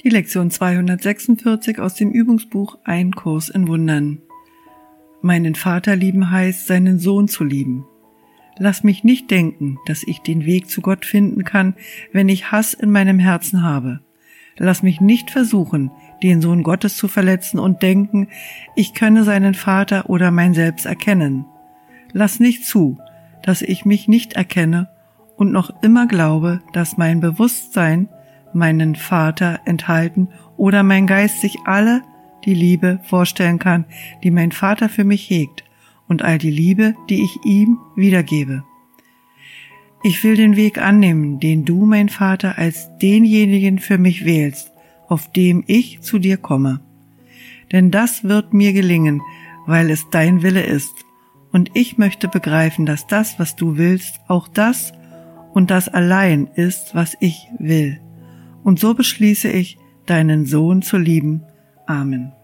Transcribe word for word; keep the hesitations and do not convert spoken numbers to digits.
Die Lektion zweihundertsechsundvierzig aus dem Übungsbuch Ein Kurs in Wundern. Meinen Vater lieben heißt, seinen Sohn zu lieben. Lass mich nicht denken, dass ich den Weg zu Gott finden kann, wenn ich Hass in meinem Herzen habe. Lass mich nicht versuchen, den Sohn Gottes zu verletzen und denken, ich könne seinen Vater oder mein Selbst erkennen. Lass nicht zu, dass ich mich nicht erkenne und noch immer glaube, dass mein Bewusstsein meinen Vater enthalten oder mein Geist sich alle die Liebe vorstellen kann, die mein Vater für mich hegt und all die Liebe, die ich ihm wiedergebe. Ich will den Weg annehmen, den du, mein Vater, als denjenigen für mich wählst, auf dem ich zu dir komme. Denn das wird mir gelingen, weil es dein Wille ist. Und ich möchte begreifen, dass das, was du willst, auch das und das allein ist, was ich will. Und so beschließe ich, deinen Sohn zu lieben. Amen.